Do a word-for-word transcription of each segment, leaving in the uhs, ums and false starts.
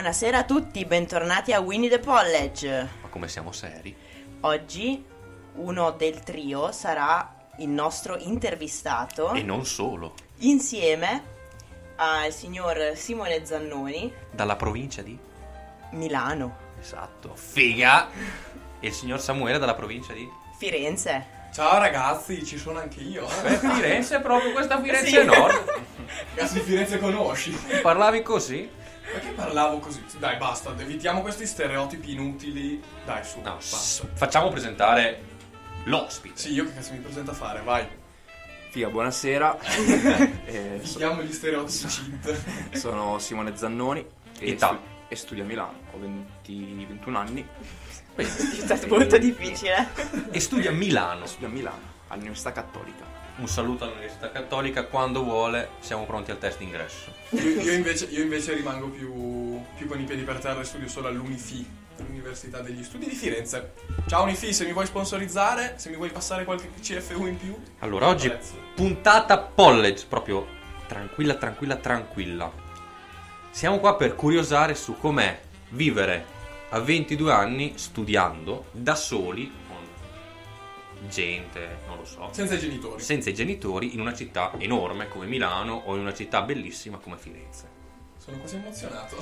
Buonasera a tutti, bentornati a Winnie the College. Ma come siamo seri? Oggi uno del trio sarà il nostro intervistato. E non solo. Insieme al signor Simone Zannoni. Dalla provincia di? Milano. Esatto, figa! E il signor Samuele dalla provincia di? Firenze. Ciao ragazzi, ci sono anche io. Beh, Firenze è proprio questa Firenze Sì. Nord. Cazzo di Firenze conosci? Parlavi così? Perché parlavo così? Dai, basta, evitiamo questi stereotipi inutili. Dai, su, No, basta. s- facciamo presentare l'ospite. Sì, io che cazzo mi presento a fare, vai. Figa, buonasera. eh, so- Evitiamo gli stereotipi cheat. sono Simone Zannoni e, Età. stu- e studio a Milano. Ho venti ventuno anni. È stato molto difficile. E studia a Milano. Studio a Milano, all'Università Cattolica. Un saluto all'Università Cattolica, quando vuole siamo pronti al test d'ingresso. Io, io invece, io invece rimango più, più con i piedi per terra e studio solo all'Unifi, l'Università degli Studi di Firenze. Ciao Unifi, se mi vuoi sponsorizzare, se mi vuoi passare qualche C F U in più. Allora, oggi Apprezzo. puntata college, proprio tranquilla, tranquilla, tranquilla. Siamo qua per curiosare su com'è vivere a ventidue anni studiando da soli, con gente, non lo so, Senza i genitori. senza i genitori, in una città enorme come Milano o in una città bellissima come Firenze. Sono quasi emozionato.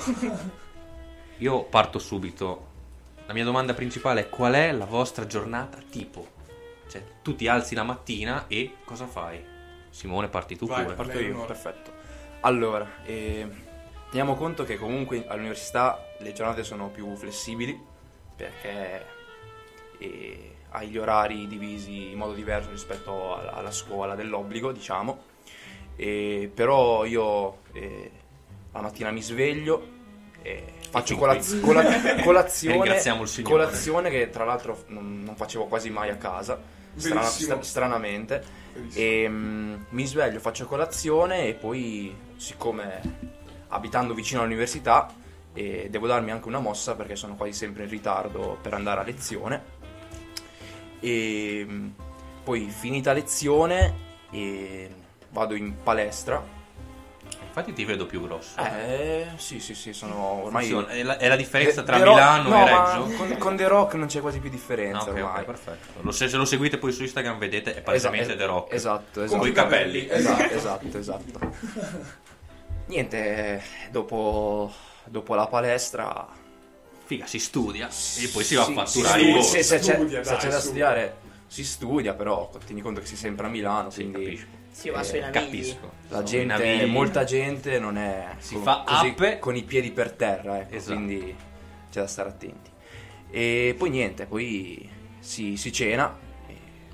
Io parto subito. La mia domanda principale è: qual è la vostra giornata tipo? Cioè, tu ti alzi la mattina e cosa fai? Simone, parti tu Vai, pure. Parto lei io, onora. perfetto. Allora, eh, teniamo conto che comunque all'università le giornate sono più flessibili perché eh, hai gli orari divisi in modo diverso rispetto alla, alla scuola dell'obbligo, diciamo. Eh, però io eh, la mattina mi sveglio. Eh, faccio fin colaz- qui. cola- colazione, Ringraziamo il Signore. colazione che tra l'altro non, non facevo quasi mai a casa, strana- Verissimo. stra- stranamente. Verissimo. E mm, mi sveglio, faccio colazione e poi, siccome abitando vicino all'università, eh, devo darmi anche una mossa perché sono quasi sempre in ritardo per andare a lezione. E mm, poi finita lezione eh, vado in palestra. Infatti ti vedo più grosso. Eh sì sì sì, sono ormai... Funziona. È la, è la differenza The- tra The Rock- Milano no, e ma Reggio? Con, con The Rock non c'è quasi più Ah, differenza ok, ormai. ok, perfetto. Lo, se, se lo seguite poi su Instagram vedete è palesemente Esatto, The Rock. Esatto, Con esatto. Coi i capelli. Esatto, esatto, esatto. Niente, dopo, dopo la palestra... Figa, si studia e poi si va Sì, a fatturare sì, i sì, borsi. se, se c'è, Studia, se dai, c'è da su. studiare si studia, però tieni conto che sei sempre a Milano, Sì, quindi capisco. Si va Eh, sui navigli. Capisco. la Sono i gente, navigli. molta gente non è Si co- fa così appe. con i piedi per terra, ecco, Esatto. quindi c'è da stare attenti. E poi niente, poi si, si cena e,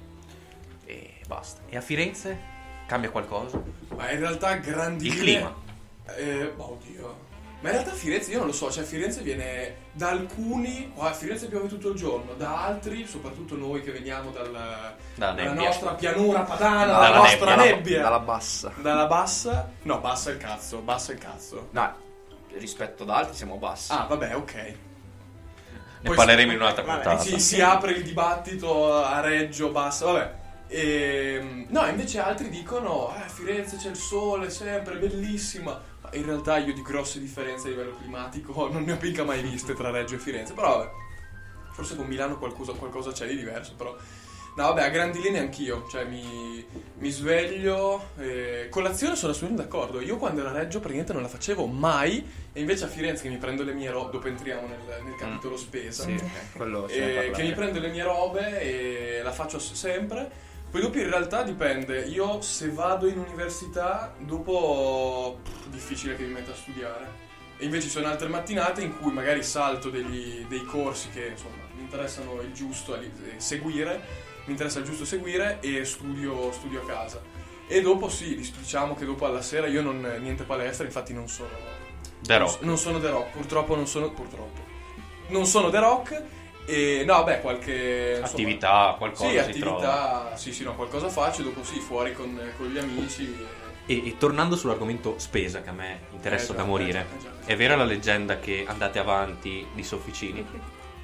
e basta. E a Firenze cambia qualcosa? Ma in realtà grandi Il linee- clima. Eh, ma oddio. Ma in realtà Firenze io non lo so, cioè Firenze viene da alcuni, oh, a Firenze piove tutto il giorno, da altri, soprattutto noi che veniamo dal, Dalla dalla nebbia. nostra pianura padana, Dalla dalla nostra nebbia, nebbia, Dalla bassa. dalla bassa, no bassa il cazzo, bassa il cazzo. No, rispetto ad altri siamo bassi. Ah vabbè, ok. Ne Poi parleremo si- in un'altra vabbè, puntata. Si, si apre il dibattito a Reggio, bassa, vabbè. E, no, invece altri dicono, eh, Firenze c'è il sole sempre, bellissima. Ma in realtà io di grosse differenze a livello climatico non ne ho mica mai viste tra Reggio e Firenze. Però vabbè, forse con Milano qualcosa, qualcosa c'è di diverso, però... No, vabbè, a grandi linee anch'io, cioè mi, mi sveglio, eh, colazione sono assolutamente d'accordo. Io quando ero a Reggio praticamente non la facevo mai, e invece a Firenze che mi prendo le mie robe, dopo entriamo nel, nel capitolo spesa, Sì, ok, quello se ne e parla. che mi prendo le mie robe e la faccio s- sempre. Poi dopo in realtà dipende, io se vado in università dopo pff, difficile che mi metta a studiare. E invece ci sono altre mattinate in cui magari salto degli, dei corsi che insomma mi interessano il giusto a li- eh, seguire, mi interessa il giusto seguire e studio, studio a casa. E dopo sì, diciamo che dopo alla sera io non niente palestra, infatti non sono The Rock. non sono The Rock, purtroppo non sono purtroppo. Non sono The Rock e no, beh, qualche insomma, Attività, qualcosa sì, si trova. attività, sì, sì, no, qualcosa faccio, dopo sì, fuori con, con gli amici. e- E, e tornando sull'argomento spesa, che a me interessa Eh, da già, morire, eh, già, eh, già. è vera la leggenda che andate avanti di sofficini?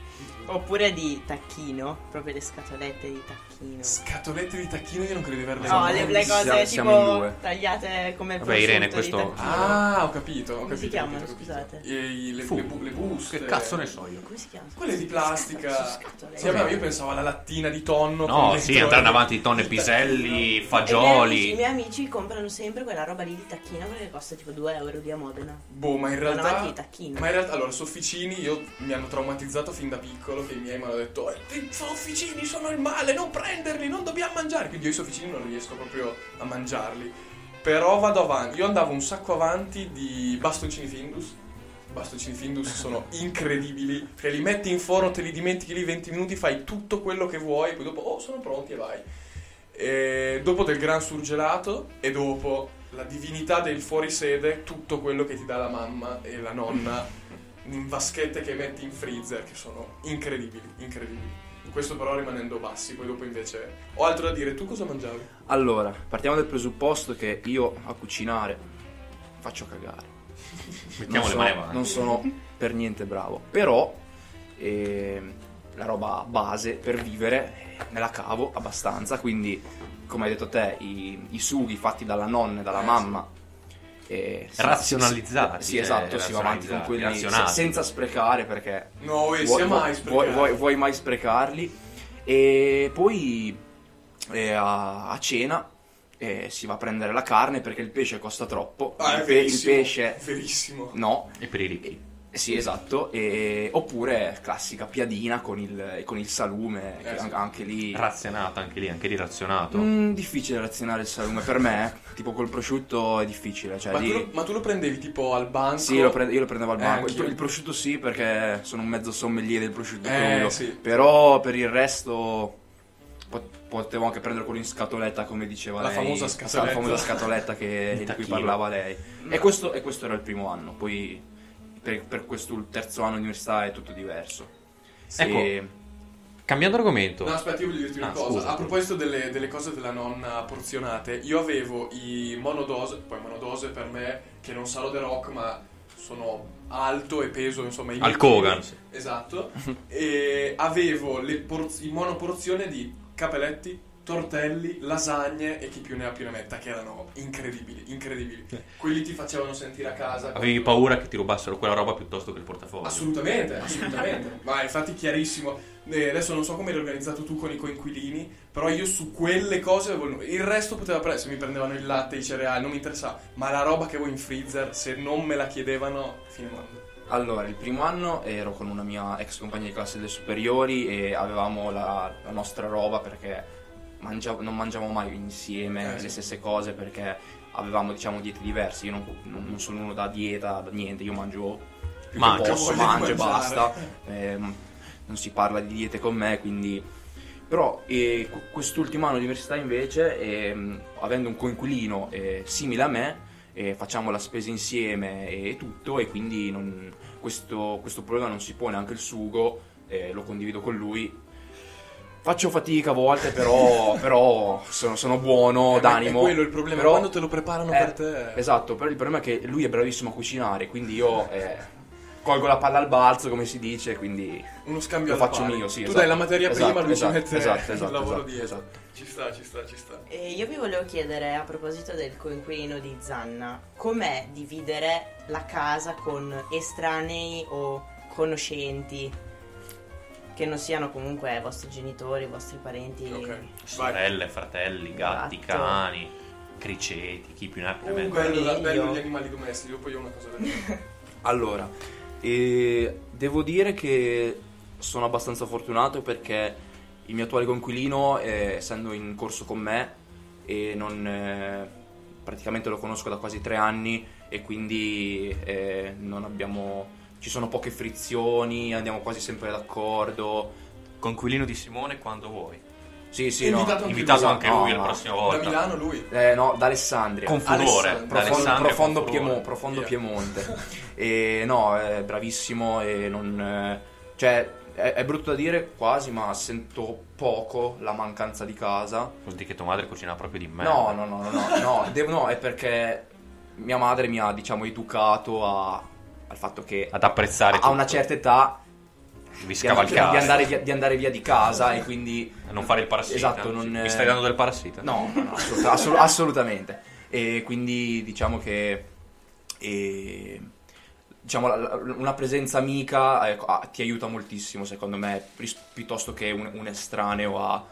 Oppure di tacchino, proprio le scatolette di tacchino. Scatolette di tacchino io non credo di averle No, mai le, le viste. cose Siamo- siamo in tipo due. tagliate come Vabbè, Irene, prosciutto questo- di tacchino. Ah, ho capito, ho Come capito. si chiamano, ho capito, ho capito. scusate? E i- le, Fu. le, bu- le buste. Che cazzo ne so io? Come si chiama? Quelle di plastica. Scatolette. Sì, vabbè, io pensavo alla lattina di tonno. No, con sì, dentro andranno il- avanti di tonno e il piselli, tacchino. E i miei amici- I fagioli. miei amici comprano sempre quella roba lì di tacchino perché costa tipo due euro di a Modena. Boh, ma in Vanno avanti realtà. di tacchino. Ma in realtà, allora, sofficini io mi hanno traumatizzato fin da piccolo. Che i miei mi hanno detto: "Eh, i sofficini sono il male, non prenderli, non dobbiamo mangiare." Quindi io i sofficini non riesco proprio a mangiarli. Però vado avanti. Io andavo un sacco avanti di bastoncini Findus. Bastoncini Findus sono incredibili. Perché li metti in forno, te li dimentichi lì venti minuti, fai tutto quello che vuoi. Poi dopo, oh, sono pronti e vai. E dopo del gran surgelato. E dopo la divinità del fuorisede, tutto quello che ti dà la mamma e la nonna in vaschette che metti in freezer, che sono incredibili, incredibili. Questo però rimanendo bassi, poi dopo invece ho altro da dire. Tu cosa mangiavi? Allora, partiamo dal presupposto che io a cucinare faccio cagare. Mettiamo non le sono, mani avanti. non sono per niente bravo. Però ehm, la roba base per vivere eh, me la cavo abbastanza. Quindi, come hai detto te, i, i sughi fatti dalla nonna e dalla Eh, mamma. eh, sì, Razionalizzati, Sì, sì, eh, esatto, si va avanti con razionalizzati, quelli se- razionati. senza sprecare perché No, e vuoi, sia mai vuoi, sprecare. vuoi- vuoi mai sprecarli. E poi eh, a, a cena eh, si va a prendere la carne perché il pesce costa troppo. Ah, il, è pe- il verissimo, pesce verissimo. no. E per i ricchi. Eh, Sì, esatto. E- oppure classica piadina con il, con il salume, Eh, che sì. an- anche lì. Razionato anche lì, anche lì razionato. Mm, difficile razionare il salume per me, tipo col prosciutto è difficile. Cioè Ma, lì- tu lo, ma tu lo prendevi tipo al banco? Sì, lo prende- io lo prendevo al Eh, banco. il, anch'io. il prosciutto sì, perché sono un mezzo sommelier del prosciutto Eh, crudo. sì. Però per il resto pot- potevo anche prendere quello in scatoletta, come diceva La lei. famosa Sa- scatoletta. La famosa scatoletta che, di cui tacchino. parlava lei. E questo, e questo era il primo anno. Poi per, per questo il terzo anno di università è tutto diverso. Ecco. E- Cambiando argomento. No, aspetta, io voglio dirti una Ah, cosa. scusa, A scusa. proposito delle, delle cose della nonna porzionate, io avevo i monodose, poi monodose per me, che non sarò The Rock, ma sono alto e peso, insomma, i miei Hulk Hogan, chili. sì. Esatto. E avevo le porz- in monoporzione di capelletti, tortelli, lasagne e chi più ne ha più ne metta, che erano incredibili, incredibili. Quelli ti facevano sentire a casa. Avevi paura che ti rubassero quella roba piuttosto che il portafoglio. Assolutamente, assolutamente. Ma infatti chiarissimo. Eh, adesso non so come eri organizzato tu con i coinquilini, però io su quelle cose avevo il il resto poteva prendere, se mi prendevano il latte, i cereali, non mi interessava, ma la roba che avevo in freezer, se non me la chiedevano, fine mondo. Allora, il primo anno ero con una mia ex compagna di classe delle superiori e avevamo la, la nostra roba perché mangia- non mangiavamo mai insieme Eh, sì. le stesse cose perché avevamo, diciamo, diete diverse. Io non, non- non sono uno da dieta, da niente, io mangio più Mangio, che posso, voglia di mangio e mangiare. basta. Ehm, non si parla di diete con me, quindi... Però eh, qu- quest'ultimo anno di università invece, ehm, avendo un coinquilino eh, simile a me, eh, facciamo la spesa insieme e tutto, e quindi non- questo, questo problema non si pone. Anche il sugo eh, lo condivido con lui. Faccio fatica a volte, però, però sono, sono buono, Eh, ma d'animo. È quello il problema, Però- quando te lo preparano eh, per te. Esatto, però il problema è che lui è bravissimo a cucinare, quindi io eh, colgo la palla al balzo, come si dice, quindi Uno scambio lo alla faccio pari. mio, sì. Tu esatto. dai la materia Esatto, prima, lui esatto, ci mette esatto, esatto, il lavoro esatto, dietro. esatto. Ci sta, ci sta, ci sta. E io vi volevo chiedere, a proposito del coinquilino di Zanna, com'è dividere la casa con estranei o conoscenti che non siano comunque i vostri genitori, i vostri parenti? Ok, vai. Sorelle, fratelli, gatti, Esatto. cani, criceti, chi più ne ha più ne Uh, metta. bello, coniglio. bello gli animali domestici, poi io ho una cosa da dire. Allora, eh, devo dire che sono abbastanza fortunato perché il mio attuale coinquilino, eh, essendo in corso con me, e non, eh, praticamente lo conosco da quasi tre anni e quindi eh, non abbiamo, ci sono poche frizioni, andiamo quasi sempre d'accordo. Conquilino di Simone quando vuoi. Sì, sì, Invitato no. anche Invitato lui. anche No, lui la no. prossima Da volta. Milano lui. Eh, no, da Alessandria. Con furore. Alessandro. da Profondo, Alessandria profondo, con Piemo- furore. profondo Via. Piemonte. E no, è bravissimo e non... eh, cioè, è, è brutto da dire quasi, ma sento poco la mancanza di casa. Vuol dire che tua madre cucina proprio di me. No, no, no, no, no, no, devo- no, è perché mia madre mi ha, diciamo, educato a- al fatto che Ad apprezzare a una tutto. certa età devi di, scavalcare. di andare via, di andare via di casa e quindi non fare il parassita. Esatto, non, mi stai dando del parassita? No, no, no assolut- assolut- assolutamente. E quindi diciamo che e, diciamo la, la, una presenza amica ecco, ah, ti aiuta moltissimo secondo me pi- piuttosto che un, un estraneo a,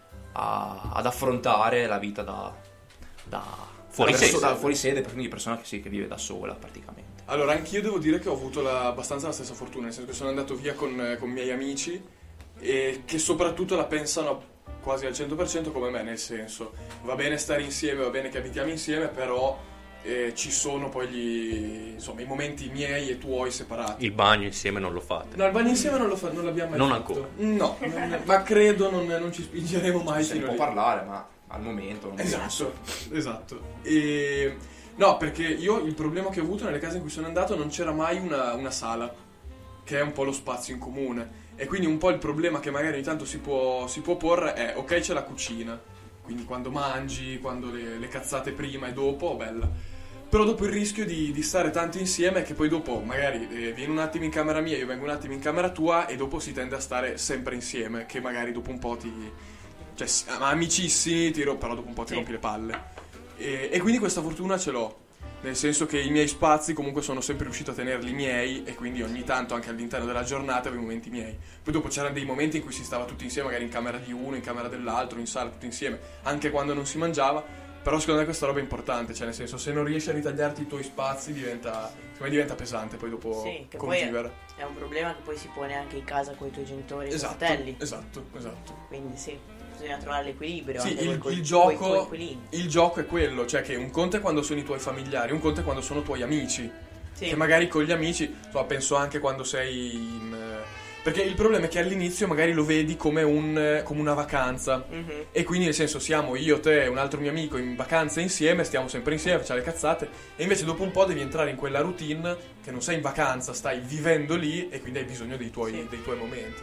a, ad affrontare la vita da, da fuori da sede, verso, da, fuori sede, quindi persona che, sì, che vive da sola praticamente. Allora, anch'io devo dire che ho avuto la, abbastanza la stessa fortuna, nel senso che sono andato via con, con miei amici e che soprattutto la pensano quasi al cento per cento come me, nel senso, va bene stare insieme, va bene che abitiamo insieme, però eh, ci sono poi gli, insomma, i momenti miei e tuoi separati. Il bagno insieme non lo fate? No, il bagno insieme non lo fa, non l'abbiamo mai Non fatto. ancora? No, non- ma credo non, non ci spingeremo mai Se ne fino può lì. parlare, ma al momento non Esatto, esatto. E... No, perché io il problema che ho avuto nelle case in cui sono andato non c'era mai una, una sala, che è un po' lo spazio in comune. E quindi un po' il problema che magari ogni tanto si può, si può porre è, ok, c'è la cucina, quindi quando mangi, quando le, le cazzate prima e dopo, bella. Però dopo il rischio di, di stare tanto insieme è che poi dopo magari eh, vieni un attimo in camera mia, io vengo un attimo in camera tua e dopo si tende a stare sempre insieme, che magari dopo un po' ti... cioè sì, amicissimi, ti ro- però dopo un po' ti Sì. rompi le palle. E, e quindi questa fortuna ce l'ho, nel senso che i miei spazi comunque sono sempre riuscito a tenerli miei e quindi ogni tanto anche all'interno della giornata avevo i momenti miei. Poi dopo c'erano dei momenti in cui si stava tutti insieme, magari in camera di uno, in camera dell'altro, in sala tutti insieme, anche quando non si mangiava, però secondo me questa roba è importante, cioè nel senso se non riesci a ritagliarti i tuoi spazi diventa, secondo me diventa pesante poi dopo Sì, che poi convivere. è un problema che poi si pone anche in casa con i tuoi genitori e i tuoi Esatto, fratelli. esatto, esatto. Quindi sì, bisogna trovare l'equilibrio. Sì, anche il, coi- il coi gioco, coinquilini. il gioco è quello, cioè che un conto è quando sono i tuoi familiari, un conto è quando sono tuoi amici. Sì. Che magari con gli amici, insomma, penso anche quando sei in... eh, perché il problema è che all'inizio magari lo vedi come, un, come una vacanza. Mhm. E quindi nel senso siamo io, te e un altro mio amico in vacanza insieme, stiamo sempre insieme, facciamo le cazzate. E invece dopo un po' devi entrare in quella routine che non sei in vacanza, stai vivendo lì e quindi hai bisogno dei tuoi, Sì. dei tuoi momenti.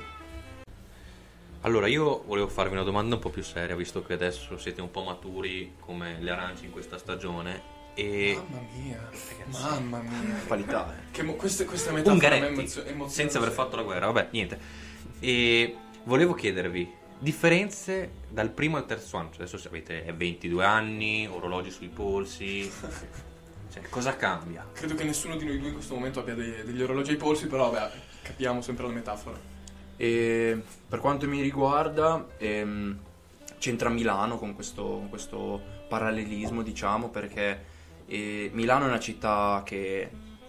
Allora, io volevo farvi una domanda un po' più seria, visto che adesso siete un po' maturi come le arance in questa stagione. E Mamma mia, mamma mia. qualità eh. Che mo- queste, queste metafore a me Ungaretti, emozio- emozionano senza aver sempre. fatto la guerra, vabbè, niente. E volevo chiedervi differenze dal primo al terzo anno. Cioè, adesso avete ventidue anni, orologi sui polsi. Cioè, cosa cambia? Credo che nessuno di noi due in questo momento abbia dei- degli orologi ai polsi, però vabbè, capiamo sempre la metafora. E per quanto mi riguarda, ehm, c'entra Milano con questo, con questo parallelismo, diciamo, perché eh, Milano è una città che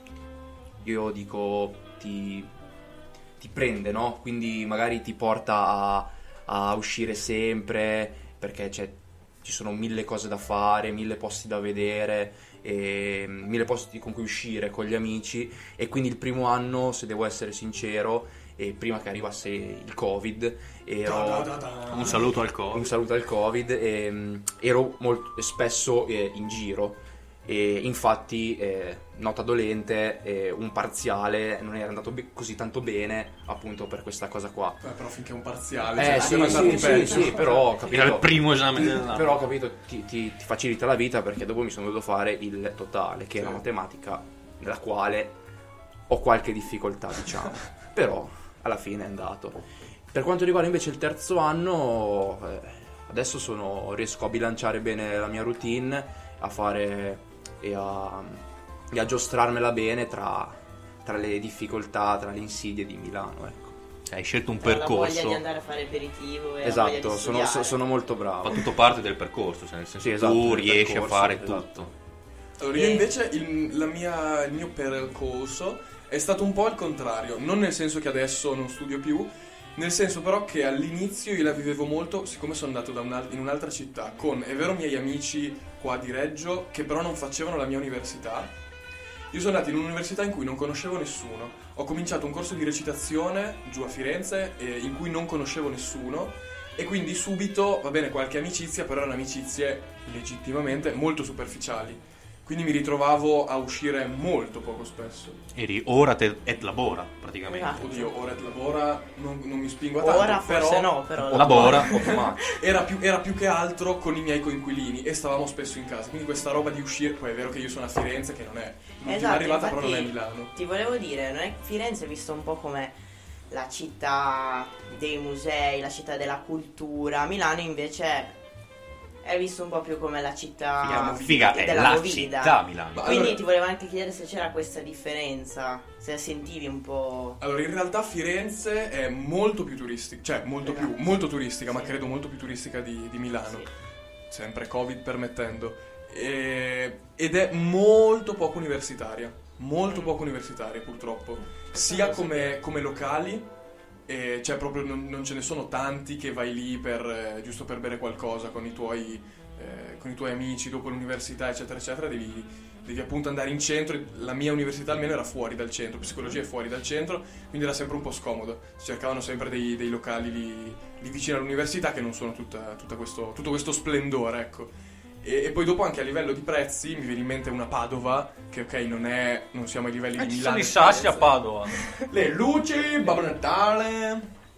io dico ti, ti prende, no? Quindi magari ti porta a, a uscire sempre, perché c'è, ci sono mille cose da fare, mille posti da vedere, e mille posti con cui uscire con gli amici. E quindi il primo anno, se devo essere sincero, e prima che arrivasse il Covid, ero Da, da, da, da. Un saluto al Covid. un saluto al Covid, e, mh, ero molto spesso eh, in giro, e infatti eh, nota dolente, eh, un parziale non era andato be- così tanto bene appunto per questa cosa qua. Beh, però finché è un parziale, Eh cioè, sì, poteva andarti sì, sì, peggio. sì, però Fino al capito, primo esame dell'anno. però capito ti, ti- ti facilita la vita, perché dopo mi sono dovuto fare il totale, che è Sì. una matematica nella quale ho qualche difficoltà, diciamo, però alla fine è andato. Per quanto riguarda invece il terzo anno, eh, adesso sono, riesco a bilanciare bene la mia routine, a fare e a, e a giostrarmela bene tra, tra le difficoltà, tra le insidie di Milano, ecco. Cioè, hai scelto un Tra la voglia percorso, di andare a fare aperitivo e la voglia Esatto, di sono, studiare. so- sono molto fa bravo. tutto parte del percorso, cioè nel senso Sì, esatto, tu del riesci a percorso, fare esatto. tutto. Allora, io E- invece il, la mia, il mio percorso è stato un po' il contrario, non nel senso che adesso non studio più, nel senso però che all'inizio io la vivevo molto, siccome sono andato da un'al- in un'altra città, con, è vero, miei amici qua di Reggio, che però non facevano la mia università. Io sono andato in un'università in cui non conoscevo nessuno, ho cominciato un corso di recitazione giù a Firenze eh, in cui non conoscevo nessuno e quindi subito, va bene, qualche amicizia, però erano amicizie legittimamente molto superficiali. Quindi mi ritrovavo a uscire molto poco spesso. Eri ora te et labora, praticamente. Esatto. Oddio, ora et labora non, non mi spingo a tanto, Ora forse però no, però Labora. era, più, era più che altro con i miei coinquilini e stavamo spesso in casa. Quindi questa roba di uscire, poi è vero che io sono a Firenze, che non è l'ultima Esatto, arrivata, però non è infatti, Milano. Ti volevo dire, non è Firenze è vista un po' come la città dei musei, la città della cultura. Milano invece è visto un po' più come la città Figa, figa è della la movida. città Milano. Ma Quindi allora- ti volevo anche chiedere se c'era questa differenza, se sentivi un po'. Allora, in realtà Firenze è molto più turistica, cioè molto più, Esatto. molto turistica, ma Sì. credo molto più turistica di, di Milano, Sì. sempre Covid permettendo. E- ed è molto poco universitaria, molto Mm. poco universitaria purtroppo, sia come, come locali, e cioè proprio non, non ce ne sono tanti che vai lì per, eh, giusto per bere qualcosa con i tuoi, eh, con i tuoi amici dopo l'università, eccetera, eccetera, devi, devi appunto andare in centro. La mia università almeno era fuori dal centro, psicologia è fuori dal centro, quindi era sempre un po' scomodo. Si cercavano sempre dei, dei locali lì, lì vicino all'università che non sono tutta, tutta questo, tutto questo splendore, ecco. E, e poi dopo anche a livello di prezzi mi viene in mente una Padova, che ok non è, non siamo ai livelli Eh, di ci Milano sono i e sassi a Firenze. Padova. Le luci, Babbo Natale.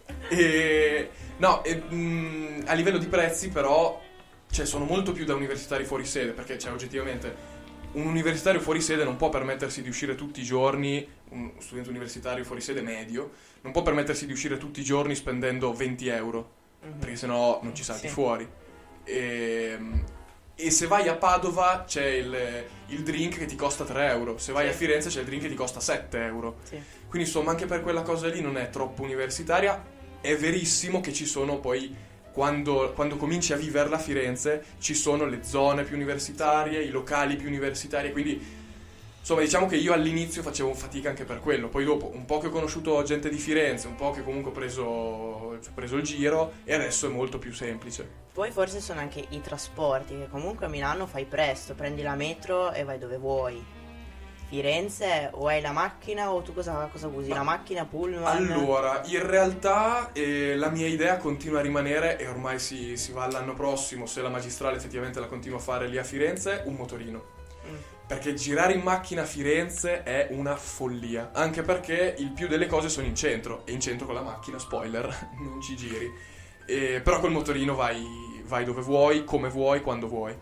E no, e, mh, a livello di prezzi però, cioè, sono molto più da universitari fuori sede, perché cioè, oggettivamente un universitario fuori sede non può permettersi di uscire tutti i giorni, un studente universitario fuori sede medio non può permettersi di uscire tutti i giorni spendendo venti euro, Mhm. perché sennò non ci salti Sì. fuori. E, e se vai a Padova c'è il, il drink che ti costa tre euro, se vai Sì. a Firenze c'è il drink che ti costa sette euro. Sì. Quindi insomma anche per quella cosa lì non è troppo universitaria. È verissimo che ci sono poi, quando, quando cominci a viverla a Firenze, ci sono le zone più universitarie, i locali più universitari, quindi insomma diciamo che io all'inizio facevo fatica anche per quello. Poi dopo un po' che ho conosciuto gente di Firenze, un po' che comunque ho preso, ci ho preso il giro, e adesso è molto più semplice. Poi forse sono anche i trasporti, che comunque a Milano fai presto, prendi la metro e vai dove vuoi. Firenze o hai la macchina o tu cosa, cosa usi? Ma- La macchina, pullman? Allora, in realtà eh, la mia idea continua a rimanere, e ormai si, si va all'anno prossimo, se la magistrale effettivamente la continuo a fare lì a Firenze, un motorino. Mm. Perché girare in macchina a Firenze è una follia, anche perché il più delle cose sono in centro, e in centro con la macchina, spoiler, non ci giri. E, però col motorino vai, vai dove vuoi, come vuoi, quando vuoi.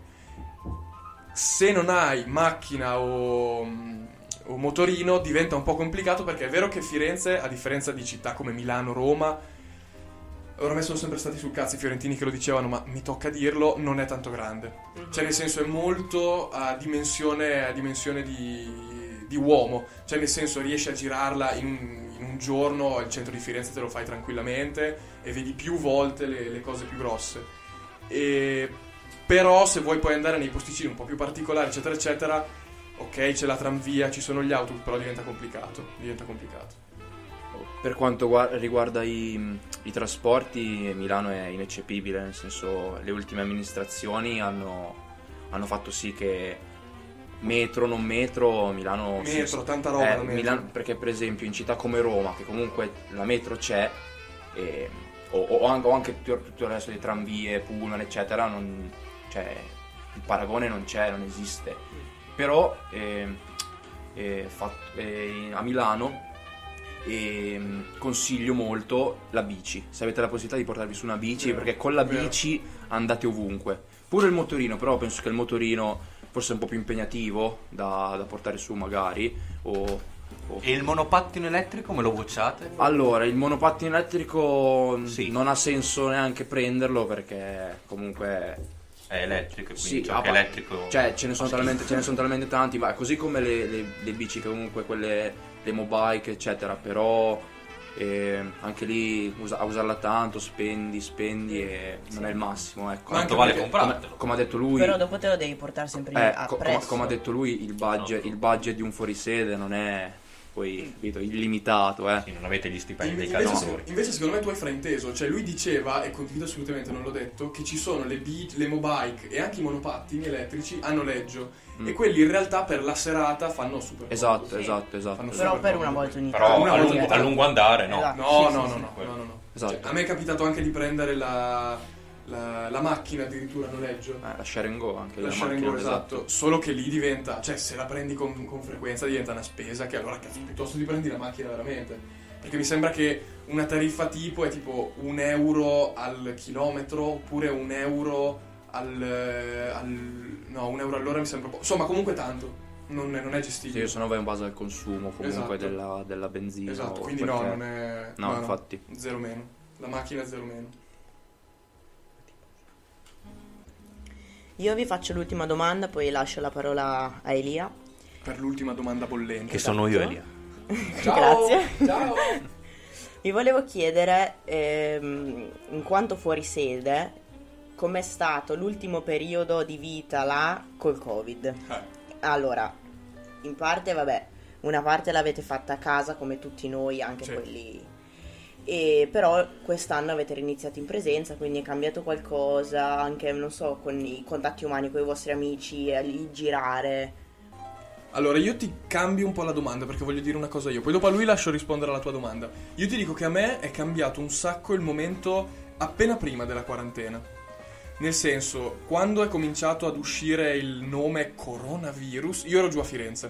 Se non hai macchina o, o motorino diventa un po' complicato, perché è vero che Firenze, a differenza di città come Milano, Roma, ormai sono sempre stati sul cazzo i fiorentini che lo dicevano, ma mi tocca dirlo, non è tanto grande. Mhm. Cioè nel senso è molto a dimensione, a dimensione di, di uomo, cioè nel senso riesci a girarla in un, in un giorno, il centro di Firenze te lo fai tranquillamente e vedi più volte le, le cose più grosse. E però se vuoi poi andare nei posticini un po' più particolari, eccetera eccetera, ok, c'è la tramvia, ci sono gli autobus, però diventa complicato, diventa complicato. Per quanto gua- riguarda i, i trasporti, Milano è ineccepibile, nel senso le ultime amministrazioni hanno, hanno fatto sì che metro, non metro, Milano... Metro, sì, tanta roba eh, da metro. Milano- perché per esempio in città come Roma, che comunque la metro c'è, e, o, o anche, o anche tutto, tutto il resto di tramvie, pullman, eccetera, non, cioè, il paragone non c'è, non esiste. Però eh, eh, fat- eh, a Milano e consiglio molto la bici, se avete la possibilità di portarvi su una bici, Vero, perché con la vero. bici andate ovunque. Pure il motorino, però penso che il motorino forse è un po' più impegnativo da, da portare su magari, o, o- E il monopattino elettrico me lo bocciate? allora il monopattino elettrico Sì. non ha senso neanche prenderlo, perché comunque È elettrico, quindi sì, ciò ah, che è ma- elettrico. cioè ce ne sono fa talmente, schifo. ce ne sono talmente tanti, ma così come le, le, le bici che comunque quelle, le mobike eccetera, però eh, anche lì usa- a usarla tanto spendi, spendi e non è il massimo, ecco. Ma anche Quanto vale perché- comprartelo? come, come ha detto lui, Però dopo te lo devi portare sempre eh, a co- come, presso. come ha detto lui, il budget, No. il budget di un fuorisede non è poi capito, illimitato, eh. Sì, non avete gli stipendi dei Invece, calciatori. invece secondo me tu hai frainteso, cioè lui diceva, e condivido assolutamente, non l'ho detto, che ci sono le, bi- le mobike e anche i monopattini elettrici a noleggio, Mm. e quelli in realtà per la serata fanno super Esatto, Sì. esatto, esatto. Fanno Però super per comodo. una volta ogni Però tanto. una a volta lungo, ogni a lungo andare, no. Esatto. No, Sì, no, sì, no, sì. no, no, no, no. Esatto. Cioè, a me è capitato anche di prendere la, la, la macchina addirittura a noleggio. Eh, la share and go anche La la sharing macchina, go, esatto. Solo che lì diventa, cioè se la prendi con, con frequenza diventa una spesa che allora cazzo, piuttosto ti prendi la macchina veramente. Perché mi sembra che una tariffa tipo è tipo un euro al chilometro, oppure un euro al, al no, un euro all'ora mi sembra un po'. Insomma, comunque tanto. non è, non è Sì, gestibile. se no vai in base al consumo comunque Esatto. della, della benzina. Esatto, o quindi quel no, che è. non è... No, infatti. Zero meno. La macchina è zero meno. Io vi faccio l'ultima domanda, poi lascio la parola a Elia. Per l'ultima domanda bollente. Che sono io, Elia. Ciao! Grazie. Ciao! Vi volevo chiedere, ehm, in quanto fuori sede, com'è stato l'ultimo periodo di vita là col Covid? Eh, Allora, in parte, vabbè, una parte l'avete fatta a casa come tutti noi, anche Sì. quelli. E però quest'anno avete riniziato in presenza, quindi è cambiato qualcosa, anche, non so, con i contatti umani con i vostri amici, a lì girare. Allora, io ti cambio un po' la domanda perché voglio dire una cosa io. Poi dopo a lui lascio rispondere alla tua domanda. Io ti dico che a me è cambiato un sacco il momento appena prima della quarantena. Nel senso, quando è cominciato ad uscire il nome coronavirus, io ero giù a Firenze.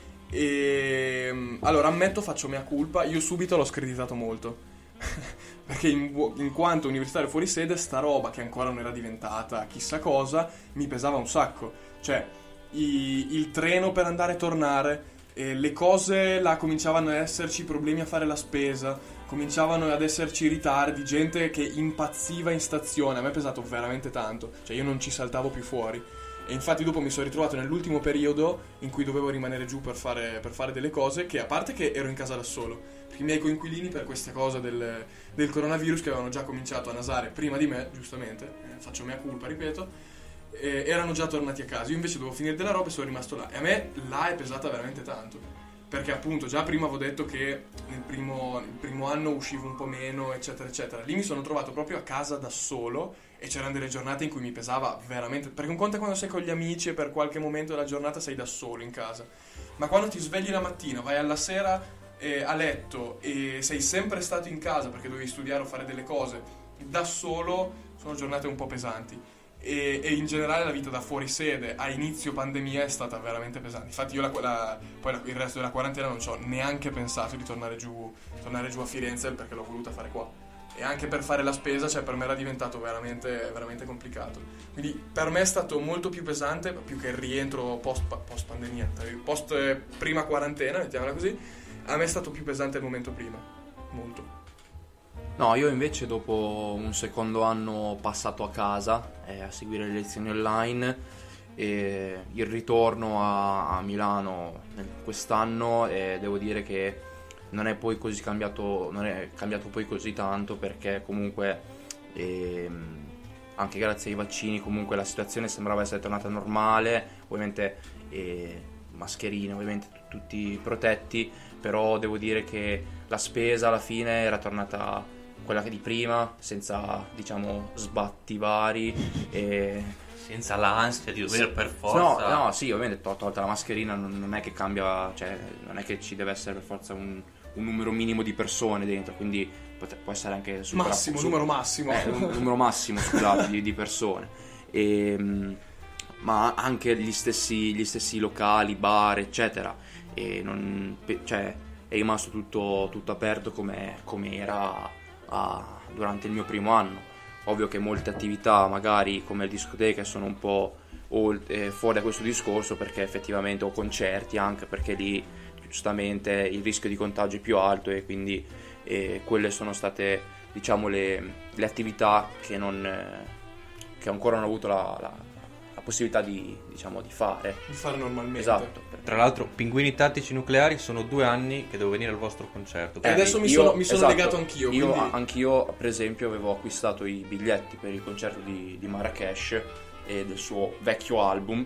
E allora, ammetto, faccio mea culpa, io subito l'ho screditato molto. Perché in, in quanto universitario fuori sede, sta roba che ancora non era diventata chissà cosa, mi pesava un sacco. Cioè, i- il treno per andare e tornare, eh, le cose là cominciavano ad esserci problemi a fare la spesa, cominciavano ad esserci ritardi, gente che impazziva in stazione. A me è pesato veramente tanto, cioè io non ci saltavo più fuori. E infatti dopo mi sono ritrovato nell'ultimo periodo in cui dovevo rimanere giù per fare, per fare delle cose, che a parte che ero in casa da solo, perché i miei coinquilini per questa cosa del, del coronavirus, che avevano già cominciato a nasare prima di me, giustamente, eh, faccio mea culpa, ripeto, eh, erano già tornati a casa. Io invece dovevo finire della roba e sono rimasto là. E a me là è pesata veramente tanto, perché appunto già prima avevo detto che nel primo, il primo anno uscivo un po' meno, eccetera eccetera. Lì mi sono trovato proprio a casa da solo e c'erano delle giornate in cui mi pesava veramente, perché un conto è quando sei con gli amici e per qualche momento della giornata sei da solo in casa, ma quando ti svegli la mattina, vai alla sera eh, a letto e sei sempre stato in casa perché dovevi studiare o fare delle cose da solo, sono giornate un po' pesanti. E, e in generale la vita da fuori sede a inizio pandemia è stata veramente pesante. Infatti io la, la, poi la, il resto della quarantena non ci ho neanche pensato di tornare giù, tornare giù a Firenze, perché l'ho voluta fare qua. E anche per fare la spesa, cioè per me era diventato veramente, veramente complicato. Quindi per me è stato molto più pesante, più che il rientro post, post pandemia, post eh, prima quarantena, mettiamola così. A me è stato più pesante il momento prima, molto. No, io invece dopo un secondo anno passato a casa eh, a seguire le lezioni online, e il ritorno a, a Milano nel- quest'anno, eh, devo dire che non è poi così cambiato, non è cambiato poi così tanto, perché comunque ehm, anche grazie ai vaccini comunque la situazione sembrava essere tornata normale, ovviamente eh, mascherine, ovviamente t- tutti protetti, però devo dire che la spesa alla fine era tornata quella che di prima, senza diciamo sbatti vari e Senza l'ansia di dover per no, forza. no, sì, ovviamente to- tolta la mascherina non, non è che cambia, cioè non è che ci deve essere per forza un, un numero minimo di persone dentro, quindi pot- può essere anche supera- Massimo, su- numero massimo. eh, un numero massimo, scusate, di, di persone. E, mh, ma anche gli stessi, gli stessi locali, bar, eccetera. E non, pe- cioè, è rimasto tutto, tutto aperto come, come era a- durante il mio primo anno. Ovvio che molte attività, magari come le discoteche, sono un po' olt- eh, fuori da questo discorso, perché effettivamente, o concerti, anche perché lì giustamente il rischio di contagio è più alto, e quindi eh, quelle sono state, diciamo, le, le attività che non eh, che ancora non ho avuto la, la- la possibilità di, diciamo, di fare. Di fare normalmente. Esatto. Tra l'altro, Pinguini Tattici Nucleari sono due anni che devo venire al vostro concerto. E adesso mi Io- sono, mi sono esatto, legato anch'io. Io, quindi... anch'io, per esempio, avevo acquistato i biglietti per il concerto di, di Marrakesh e del suo vecchio album,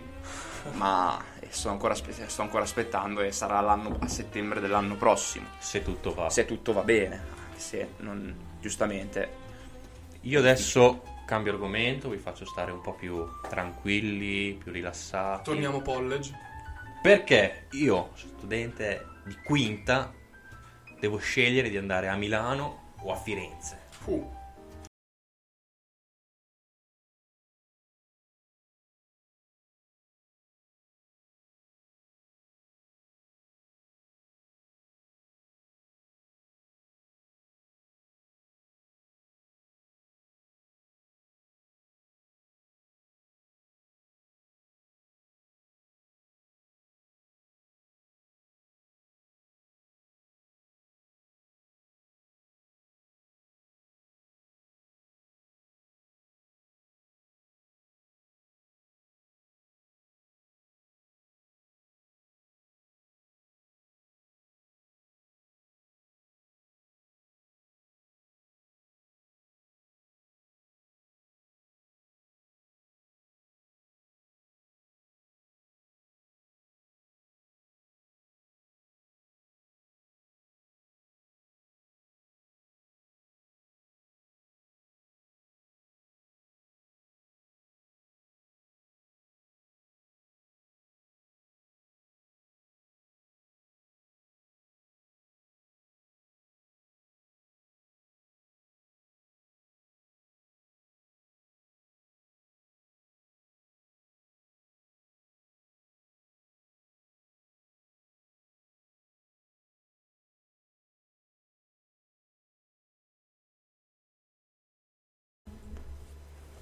ma eh, sto ancora, aspe- sto ancora aspettando, e sarà l'anno, a settembre dell'anno prossimo, Se tutto va. se tutto va bene, anche se non, giustamente. Io adesso cambio argomento, vi faccio stare un po' più tranquilli, più rilassati. Torniamo college. Perché io, studente di quinta, devo scegliere di andare a Milano o a Firenze. Fu.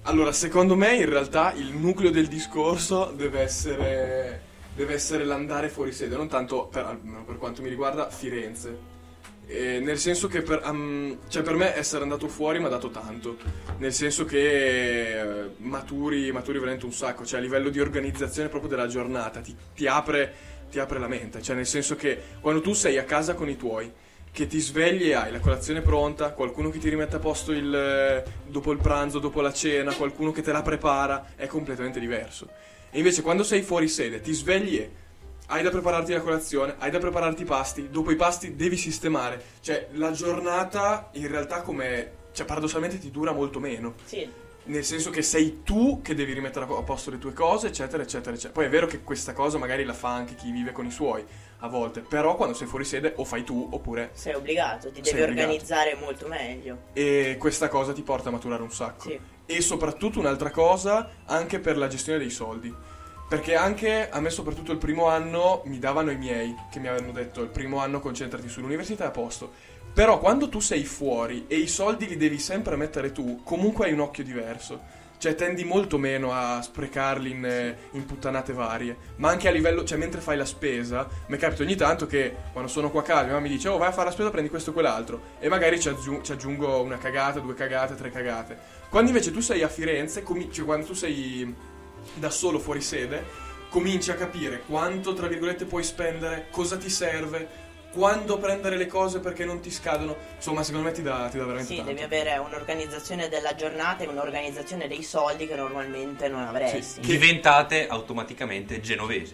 Allora, secondo me in realtà il nucleo del discorso deve essere deve essere l'andare fuori sede, non tanto per, almeno per quanto mi riguarda Firenze. Eh, nel senso che per, um, cioè per me essere andato fuori mi ha dato tanto, nel senso che eh, maturi, maturi veramente un sacco, cioè a livello di organizzazione proprio della giornata ti, ti apre ti apre la mente, cioè nel senso che quando tu sei a casa con i tuoi, che ti svegli e hai la colazione pronta, qualcuno che ti rimette a posto il dopo il pranzo, dopo la cena, qualcuno che te la prepara, è completamente diverso. E invece quando sei fuori sede ti svegli e hai da prepararti la colazione, hai da prepararti i pasti, dopo i pasti devi sistemare, cioè la giornata in realtà come, cioè paradossalmente ti dura molto meno. Sì. Nel senso che sei tu che devi rimettere a posto le tue cose, eccetera, eccetera, eccetera. Poi è vero che questa cosa magari la fa anche chi vive con i suoi, a volte. Però quando sei fuori sede o fai tu, oppure... Sei obbligato, ti sei devi obbligato. organizzare molto meglio. E questa cosa ti porta a maturare un sacco. Sì. E soprattutto un'altra cosa, anche per la gestione dei soldi. Perché anche a me soprattutto il primo anno mi davano i miei, che mi avevano detto il primo anno concentrati sull'università e a posto. Però quando tu sei fuori e i soldi li devi sempre mettere tu, comunque hai un occhio diverso. Cioè tendi molto meno a sprecarli in, in puttanate varie. Ma anche a livello, cioè mentre fai la spesa, mi capita ogni tanto che quando sono qua a casa mia mamma mi dice oh vai a fare la spesa, prendi questo o quell'altro. E magari ci, aggiung- ci aggiungo una cagata, due cagate, tre cagate. Quando invece tu sei a Firenze, com- cioè quando tu sei da solo fuori sede, cominci a capire quanto tra virgolette puoi spendere, cosa ti serve, quando prendere le cose perché non ti scadono. Insomma, secondo me ti dà, ti dà veramente Sì, tanto. devi avere un'organizzazione della giornata e un'organizzazione dei soldi che normalmente non avresti. Che- Diventate automaticamente genovesi.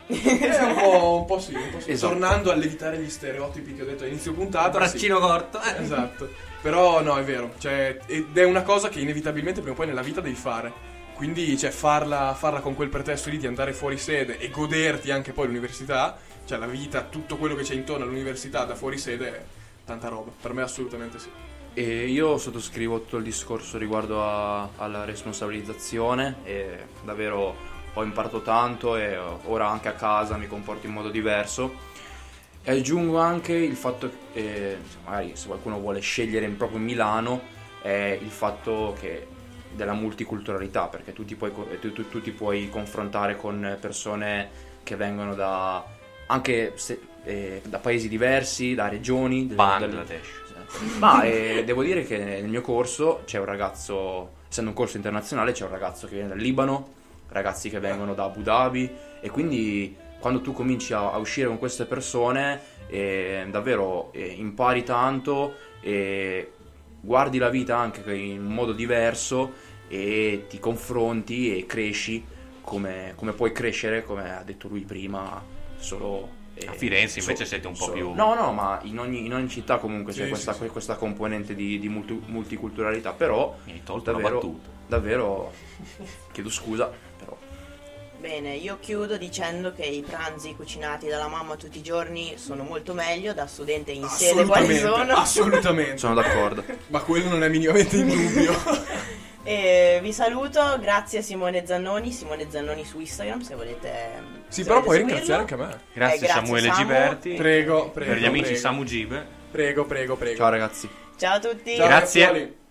È un po', un po' sì, un po' sì. Esatto. Tornando all'evitare gli stereotipi che ho detto a inizio puntata. Braccino corto. Sì. eh. Esatto. Però no, è vero. Cioè, ed è una cosa che inevitabilmente prima o poi nella vita devi fare. Quindi, cioè, farla, farla con quel pretesto lì di andare fuori sede e goderti anche poi l'università, cioè la vita, tutto quello che c'è intorno all'università da fuori sede è tanta roba. Per me assolutamente sì. E io sottoscrivo tutto il discorso riguardo a- alla responsabilizzazione e davvero ho imparato tanto e ora anche a casa mi comporto in modo diverso. E aggiungo anche il fatto che, eh, magari se qualcuno vuole scegliere proprio Milano, è il fatto che della multiculturalità, perché tu ti puoi, co- tu, tu- tu ti puoi confrontare con persone che vengono da anche se- eh, da paesi diversi, da regioni, del- Bangladesh. ma eh, devo dire che nel mio corso c'è un ragazzo, essendo un corso internazionale, c'è un ragazzo che viene dal Libano, ragazzi che vengono da Abu Dhabi, e quindi quando tu cominci a, a uscire con queste persone eh, davvero eh, impari tanto e guardi la vita anche in un modo diverso e ti confronti e cresci come, come puoi crescere, come ha detto lui prima, solo eh, A Firenze invece so- siete un po' so- più- no no ma in ogni, in ogni città comunque Sì, c'è sì, questa, sì. questa componente di, di multi- multiculturalità, però Mi hai tolto una davvero, battuta. davvero chiedo scusa, però Bene, io chiudo dicendo che i pranzi cucinati dalla mamma tutti i giorni sono molto meglio da studente in sede quali Assolutamente, sono. assolutamente. sono d'accordo. Ma quello non è minimamente in dubbio. E vi saluto, grazie a Simone Zannoni, Simone Zannoni su Instagram se volete. Sì, se però volete puoi seguirlo. ringraziare anche me. Grazie, Eh, grazie, Samuele Samu. Giberti. Prego, prego. Per gli amici prego. Samu Gibe. Prego, prego, prego. Ciao ragazzi. Ciao a tutti. Ciao, Grazie. ragazzuoli.